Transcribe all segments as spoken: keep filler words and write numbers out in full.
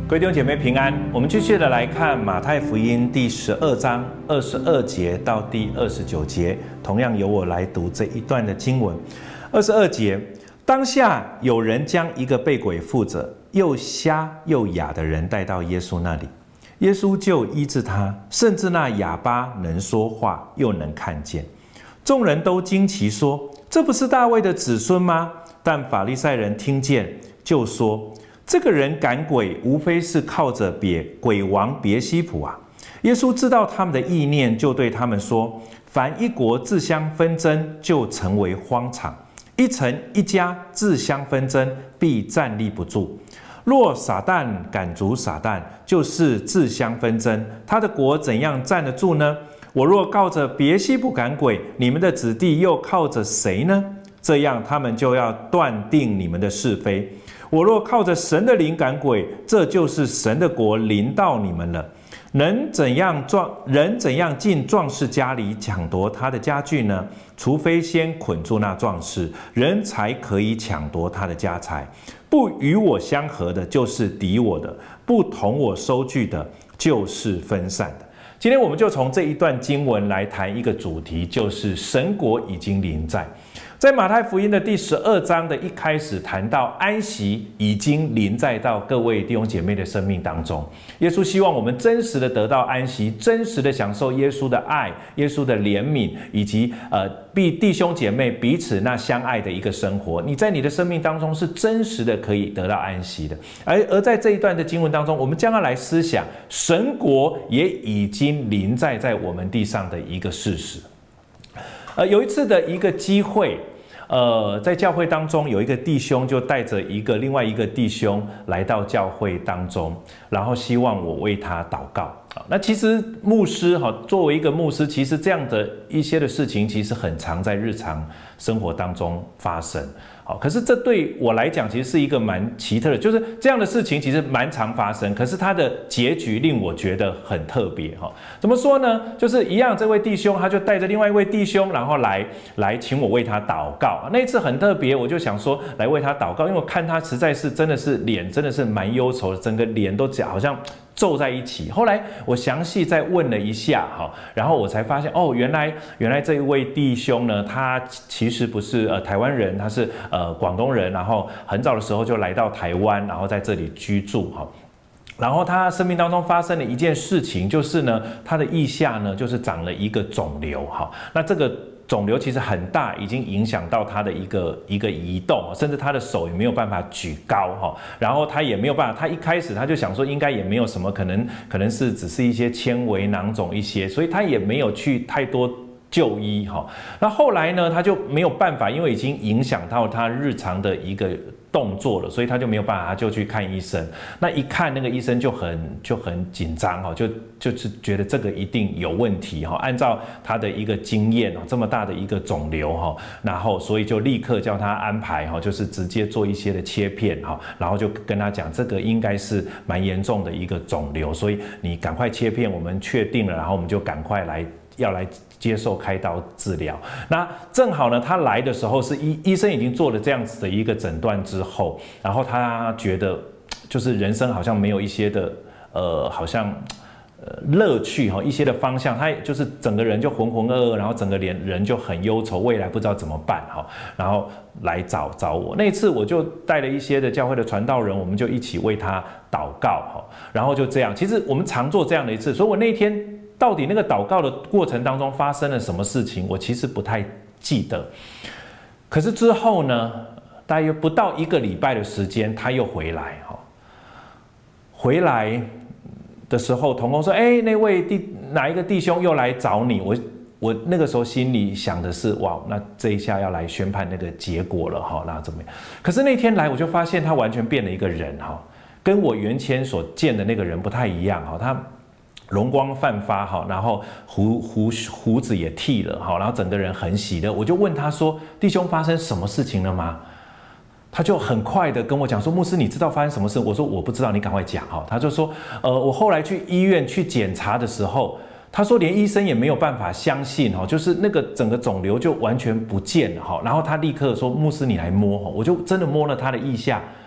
各位弟兄姐妹平安，我们继续的来看马太福音第十二章二十二节到第二十九节，同样由我来读这一段的经文。二十二节，当下有人将一个被鬼附着、又瞎又哑的人带到耶稣那里，耶稣就医治他，甚至那哑巴能说话，又能看见。众人都惊奇说：“这不是大卫的子孙吗？”但法利赛人听见，就说：“这个人赶鬼，无非是靠着别鬼王别西卜啊。”耶稣知道他们的意念，就对他们说：“凡一国自相纷争，就成为荒场；一城一家自相纷争，必站立不住。若撒旦赶逐撒旦，就是自相纷争，他的国怎样站得住呢？我若靠着别西卜赶鬼，你们的子弟又靠着谁呢？这样他们就要断定你们的是非。我若靠着神的灵赶鬼，这就是神的国临到你们了。能怎样壮人怎样进壮士家里抢夺他的家具呢？除非先捆住那壮士，人才可以抢夺他的家财。不与我相合的，就是敌我的；不同我收据的，就是分散的。今天我们就从这一段经文来谈一个主题，就是神国已经临在。在马太福音的第十二章的一开始谈到安息已经临在到各位弟兄姐妹的生命当中。耶稣希望我们真实的得到安息，真实的享受耶稣的爱、耶稣的怜悯，以及呃弟弟兄姐妹彼此那相爱的一个生活。你在你的生命当中是真实的可以得到安息的。而而在这一段的经文当中，我们将要来思想神国也已经临在在我们地上的一个事实。呃，有一次的一个机会，呃，在教会当中有一个弟兄就带着一个另外一个弟兄来到教会当中，然后希望我为他祷告。那其实牧师哈，作为一个牧师，其实这样的一些的事情，其实很常在日常生活当中发生。好，可是这对我来讲，其实是一个蛮奇特的，就是这样的事情其实蛮常发生，可是它的结局令我觉得很特别哈。怎么说呢？就是一样，这位弟兄他就带着另外一位弟兄，然后来来请我为他祷告。那一次很特别，我就想说来为他祷告，因为我看他实在是真的是脸真的是蛮忧愁的，整个脸都好像皱在一起。后来我详细再问了一下哈，然后我才发现哦，原来原来这一位弟兄呢，他其实不是呃台湾人，他是呃广东人，然后很早的时候就来到台湾，然后在这里居住哈。然后他生命当中发生了一件事情，就是呢，他的腋下呢就是长了一个肿瘤哈。那这个肿瘤其实很大，已经影响到他的一个一个移动，甚至他的手也没有办法举高哈。然后他也没有办法，他一开始他就想说，应该也没有什么可能，可能是只是一些纤维囊肿一些，所以他也没有去太多就医哈。那后来呢，他就没有办法，因为已经影响到他日常的一个动作了，所以他就没有办法，他就去看医生。那一看那个医生就很就很紧张哈，就就是觉得这个一定有问题哈。按照他的一个经验哦，这么大的一个肿瘤哈，然后所以就立刻叫他安排哈，就是直接做一些的切片哈，然后就跟他讲这个应该是蛮严重的一个肿瘤，所以你赶快切片，我们确定了，然后我们就赶快来要来接受开刀治疗。那正好呢，他来的时候是医医生已经做了这样子的一个诊断之后，然后他觉得就是人生好像没有一些的呃，好像呃乐趣哈，一些的方向，他就是整个人就浑浑噩噩，然后整个脸人就很忧愁，未来不知道怎么办哈，然后来找找我。那一次我就带了一些的教会的传道人，我们就一起为他祷告哈，然后就这样。其实我们常做这样的一次，所以我那天到底那个祷告的过程当中发生了什么事情，我其实不太记得。可是之后呢，大约不到一个礼拜的时间，他又回来哈。回来的时候，同工说：“哎，那位弟哪一个弟兄又来找你？”我我那个时候心里想的是：哇，那这一下要来宣判那个结果了哈，那怎么样？可是那天来，我就发现他完全变了一个人哈，跟我原先所见的那个人不太一样哈，他容光焕发哈，然后胡胡胡子也剃了哈，然后整个人很喜乐。我就问他说：“弟兄，发生什么事情了吗？”他就很快的跟我讲说：“牧师，你知道发生什么事？”我说：“我不知道，你赶快讲哈。”他就说：“呃，我后来去医院去检查的时候，他说连医生也没有办法相信哈，就是那个整个肿瘤就完全不见了哈。然后他立刻说：‘牧师，你来摸哈。’我就真的摸了他的腋下。”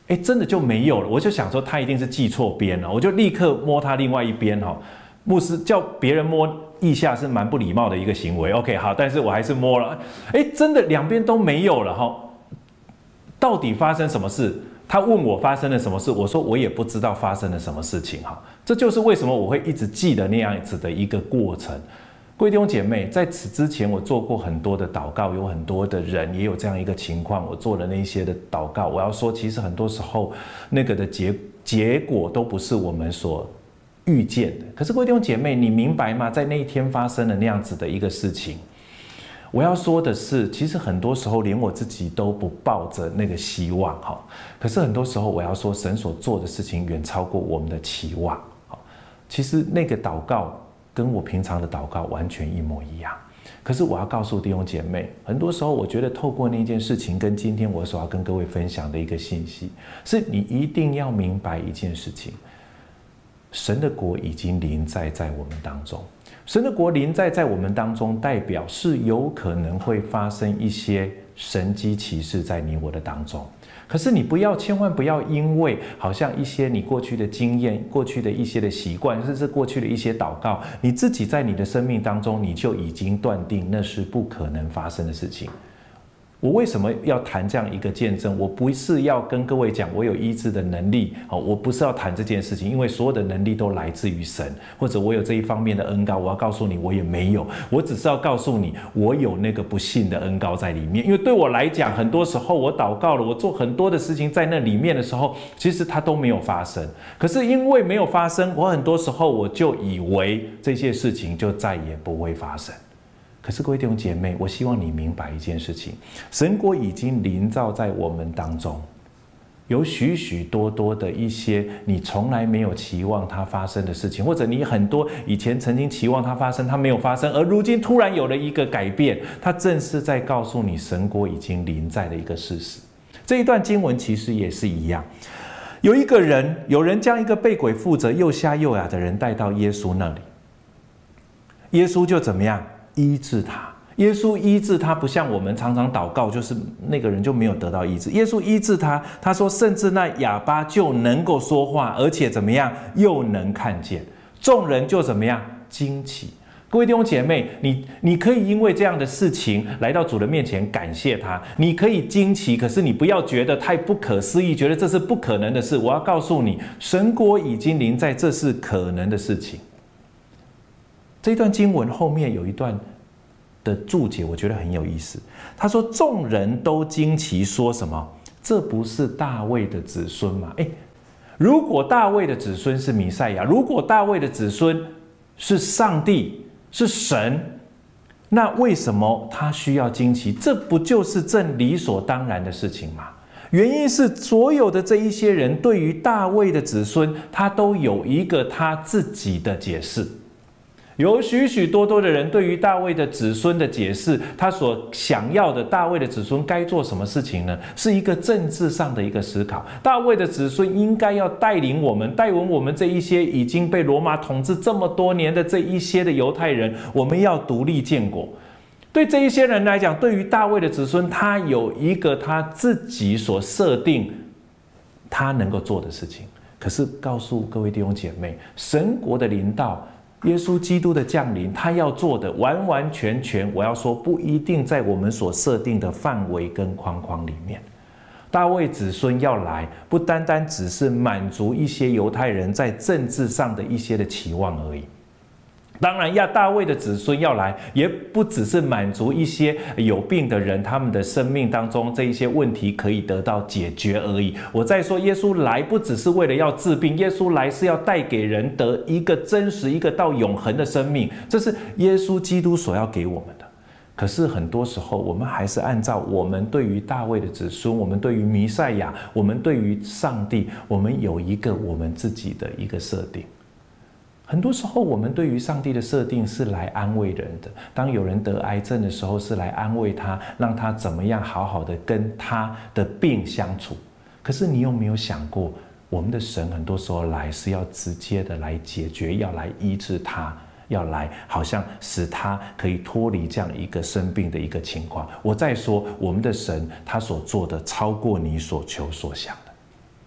哎，真的就没有了。我就想说他一定是记错边了，我就立刻摸他另外一边哈。牧师叫别人摸腋下是蛮不礼貌的一个行为 ，OK 好，但是我还是摸了，哎，真的两边都没有了哈。到底发生什么事？他问我发生了什么事，我说我也不知道发生了什么事情哈。这就是为什么我会一直记得那样子的一个过程。各位弟兄姐妹，在此之前我做过很多的祷告，有很多的人也有这样一个情况，我做了那些的祷告。我要说，其实很多时候那个的结结果都不是我们所遇见的。可是各位弟兄姐妹，你明白吗？在那一天发生了那样子的一个事情，我要说的是，其实很多时候连我自己都不抱着那个希望哈。可是很多时候我要说，神所做的事情远超过我们的期望。其实那个祷告跟我平常的祷告完全一模一样。可是我要告诉弟兄姐妹，很多时候我觉得透过那件事情，跟今天我所要跟各位分享的一个信息，是你一定要明白一件事情：神的国已经临在在我们当中。神的国临在在我们当中，代表是有可能会发生一些神迹奇事在你我的当中。可是你不要，千万不要因为好像一些你过去的经验、过去的一些的习惯，甚至过去的一些祷告，你自己在你的生命当中，你就已经断定那是不可能发生的事情。我为什么要谈这样一个见证？我不是要跟各位讲我有医治的能力，我不是要谈这件事情，因为所有的能力都来自于神，或者我有这一方面的恩膏，我要告诉你我也没有，我只是要告诉你我有那个不信的恩膏在里面。因为对我来讲，很多时候我祷告了，我做很多的事情在那里面的时候，其实它都没有发生。可是因为没有发生，我很多时候我就以为这些事情就再也不会发生。可是各位弟兄姐妹，我希望你明白一件事情：神国已经临造在我们当中，有许许多多的一些你从来没有期望它发生的事情，或者你很多以前曾经期望它发生，它没有发生，而如今突然有了一个改变，它正是在告诉你神国已经临在的一个事实。这一段经文其实也是一样，有一个人，有人将一个被鬼附着又瞎又哑的人带到耶稣那里，耶稣就怎么样？医治他。耶稣医治他，不像我们常常祷告，就是那个人就没有得到医治。耶稣医治他，他说甚至那哑巴就能够说话，而且怎么样，又能看见。众人就怎么样，惊奇。各位弟兄姐妹，你你可以因为这样的事情来到主的面前感谢他，你可以惊奇，可是你不要觉得太不可思议，觉得这是不可能的事。我要告诉你，神国已经临在，这是可能的事情。这段经文后面有一段的注解，我觉得很有意思。他说：“众人都惊奇，说什么？这不是大卫的子孙吗？”哎，如果大卫的子孙是弥赛亚，如果大卫的子孙是上帝，是神，那为什么他需要惊奇？这不就是正理所当然的事情吗？原因是所有的这一些人对于大卫的子孙，他都有一个他自己的解释。有许许多多的人对于大卫的子孙的解释，他所想要的大卫的子孙该做什么事情呢？是一个政治上的一个思考。大卫的子孙应该要带领我们，带领我们这一些已经被罗马统治这么多年的这一些的犹太人，我们要独立建国。对这一些人来讲，对于大卫的子孙，他有一个他自己所设定他能够做的事情。可是告诉各位弟兄姐妹，神国的临到，耶稣基督的降临，他要做的完完全全，我要说不一定在我们所设定的范围跟框框里面。大卫子孙要来，不单单只是满足一些犹太人在政治上的一些的期望而已。当然，亚大卫的子孙要来，也不只是满足一些有病的人，他们的生命当中这一些问题可以得到解决而已。我再说，耶稣来不只是为了要治病，耶稣来是要带给人得一个真实、一个到永恒的生命，这是耶稣基督所要给我们的。可是很多时候，我们还是按照我们对于大卫的子孙，我们对于弥赛亚，我们对于上帝，我们有一个我们自己的一个设定。很多时候，我们对于上帝的设定是来安慰人的。当有人得癌症的时候，是来安慰他，让他怎么样好好的跟他的病相处。可是你有没有想过，我们的神很多时候来是要直接的来解决，要来医治他，要来好像使他可以脱离这样一个生病的一个情况。我再说，我们的神他所做的超过你所求所想的。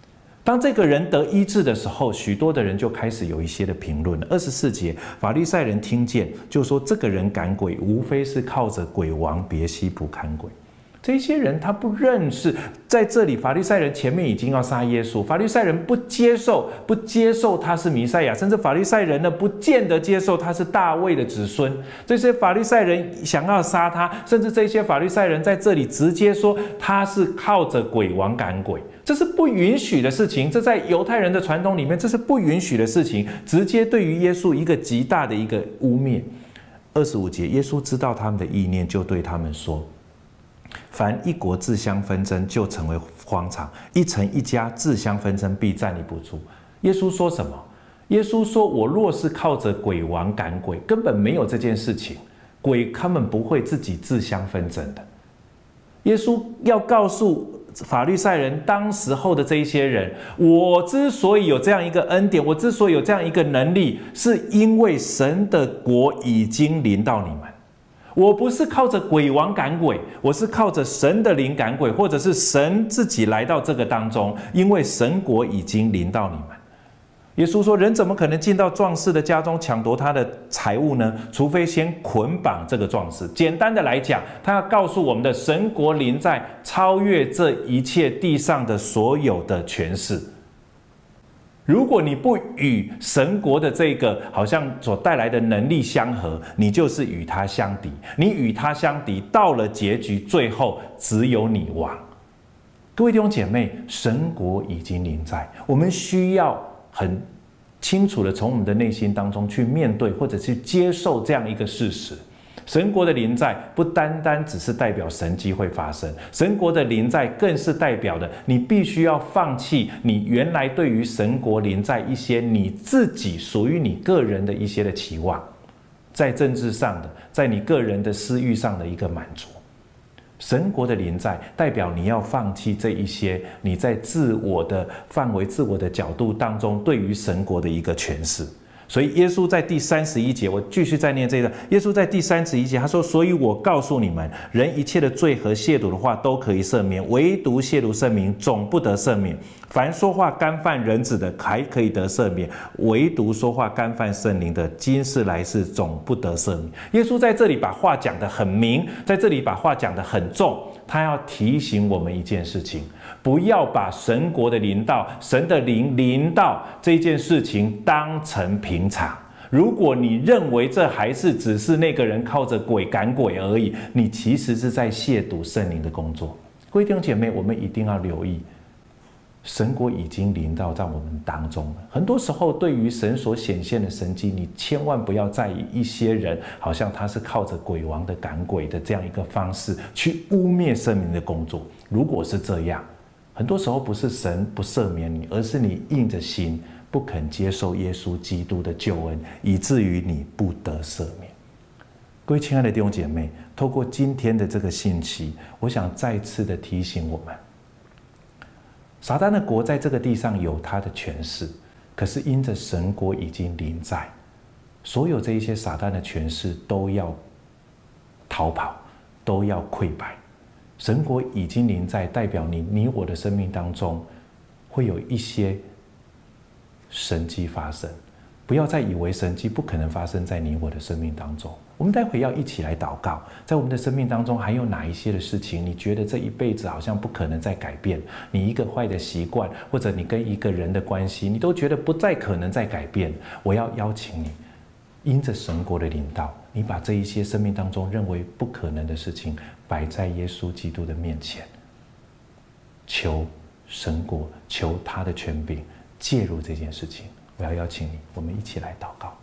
当这个人得医治的时候，许多的人就开始有一些的评论了。二十四节，法利赛人听见，就说这个人赶鬼，无非是靠着鬼王别西卜赶鬼。这些人他不认识，在这里法利赛人前面已经要杀耶稣，法利赛人不接受，不接受他是弥赛亚，甚至法利赛人呢不见得接受他是大卫的子孙。这些法利赛人想要杀他，甚至这些法利赛人在这里直接说他是靠着鬼王赶鬼，这是不允许的事情。这在犹太人的传统里面，这是不允许的事情，直接对于耶稣一个极大的一个污蔑。二十五节，耶稣知道他们的意念，就对他们说，凡一国自相纷争，就成为荒场；一城一家自相纷争，必站立不住。耶稣说什么？耶稣说：“我若是靠着鬼王赶鬼，根本没有这件事情。鬼他们不会自己自相纷争的。”耶稣要告诉法利赛人，当时候的这一些人，我之所以有这样一个恩典，我之所以有这样一个能力，是因为神的国已经临到你们。我不是靠着鬼王赶鬼，我是靠着神的灵赶鬼，或者是神自己来到这个当中，因为神国已经临到你们。耶稣说，人怎么可能进到壮士的家中抢夺他的财物呢？除非先捆绑这个壮士。简单的来讲，他要告诉我们的，神国临在，超越这一切地上的所有的权势。如果你不与神国的这个好像所带来的能力相合，你就是与他相敌。你与他相敌，到了结局，最后只有你亡。各位弟兄姐妹，神国已经临在，我们需要很清楚的从我们的内心当中去面对，或者去接受这样一个事实。神国的临在不单单只是代表神迹会发生，神国的临在更是代表的你必须要放弃你原来对于神国临在一些你自己属于你个人的一些的期望，在政治上的，在你个人的私欲上的一个满足。神国的临在代表你要放弃这一些你在自我的范围、自我的角度当中对于神国的一个诠释。所以耶稣在第三十一节，我继续再念这一段。耶稣在第三十一节他说，所以我告诉你们，人一切的罪和亵渎的话都可以赦免，唯独亵渎圣名总不得赦免。凡说话干犯人子的还可以得赦免，唯独说话干犯圣灵的，今世来世总不得赦免。耶稣在这里把话讲得很明，在这里把话讲得很重，他要提醒我们一件事情，不要把神国的临到、神的灵临到这件事情当成平常。如果你认为这还是只是那个人靠着鬼赶鬼而已，你其实是在亵渎圣灵的工作。各位弟兄姐妹，我们一定要留意，神国已经临到在我们当中了。很多时候，对于神所显现的神迹，你千万不要在意一些人，好像他是靠着鬼王的赶鬼的这样一个方式去污蔑圣灵的工作。如果是这样，很多时候不是神不赦免你，而是你硬着心不肯接受耶稣基督的救恩，以至于你不得赦免。各位亲爱的弟兄姐妹，透过今天的这个信息，我想再次的提醒我们，撒旦的国在这个地上有他的权势，可是因着神国已经临在，所有这一些撒旦的权势都要逃跑，都要溃败。神国已经临在，代表你你我的生命当中会有一些神迹发生。不要再以为神迹不可能发生在你我的生命当中。我们待会要一起来祷告，在我们的生命当中还有哪一些的事情，你觉得这一辈子好像不可能再改变？你一个坏的习惯，或者你跟一个人的关系，你都觉得不再可能再改变。我要邀请你，因着神国的领导，你把这一些生命当中认为不可能的事情摆在耶稣基督的面前，求神国，求他的权柄介入这件事情。我要邀请你，我们一起来祷告。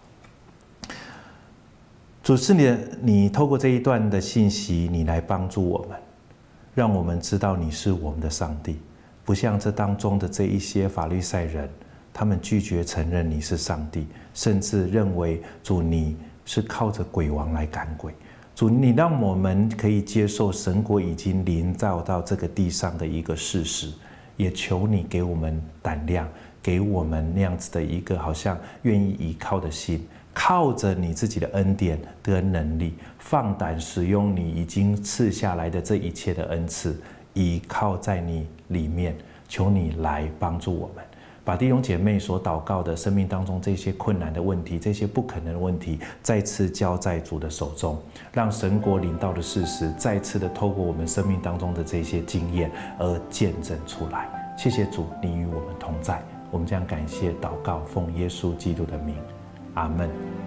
主，是你，你透过这一段的信息，你来帮助我们，让我们知道你是我们的上帝，不像这当中的这一些法利赛人，他们拒绝承认你是上帝，甚至认为主你是靠着鬼王来赶鬼。主，你让我们可以接受神国已经临到到这个地上的一个事实，也求你给我们胆量，给我们那样子的一个好像愿意依靠的心，靠着你自己的恩典跟能力，放胆使用你已经赐下来的这一切的恩赐，依靠在你里面， 求你来帮助我们，把弟兄姐妹所祷告的生命当中这些困难的问题，这些不可能的问题，再次交在主的手中，让神国领到的事实，再次的透过我们生命当中的这些经验而见证出来。谢谢主，你与我们同在。我们将感谢祷告，奉耶稣基督的名，阿们。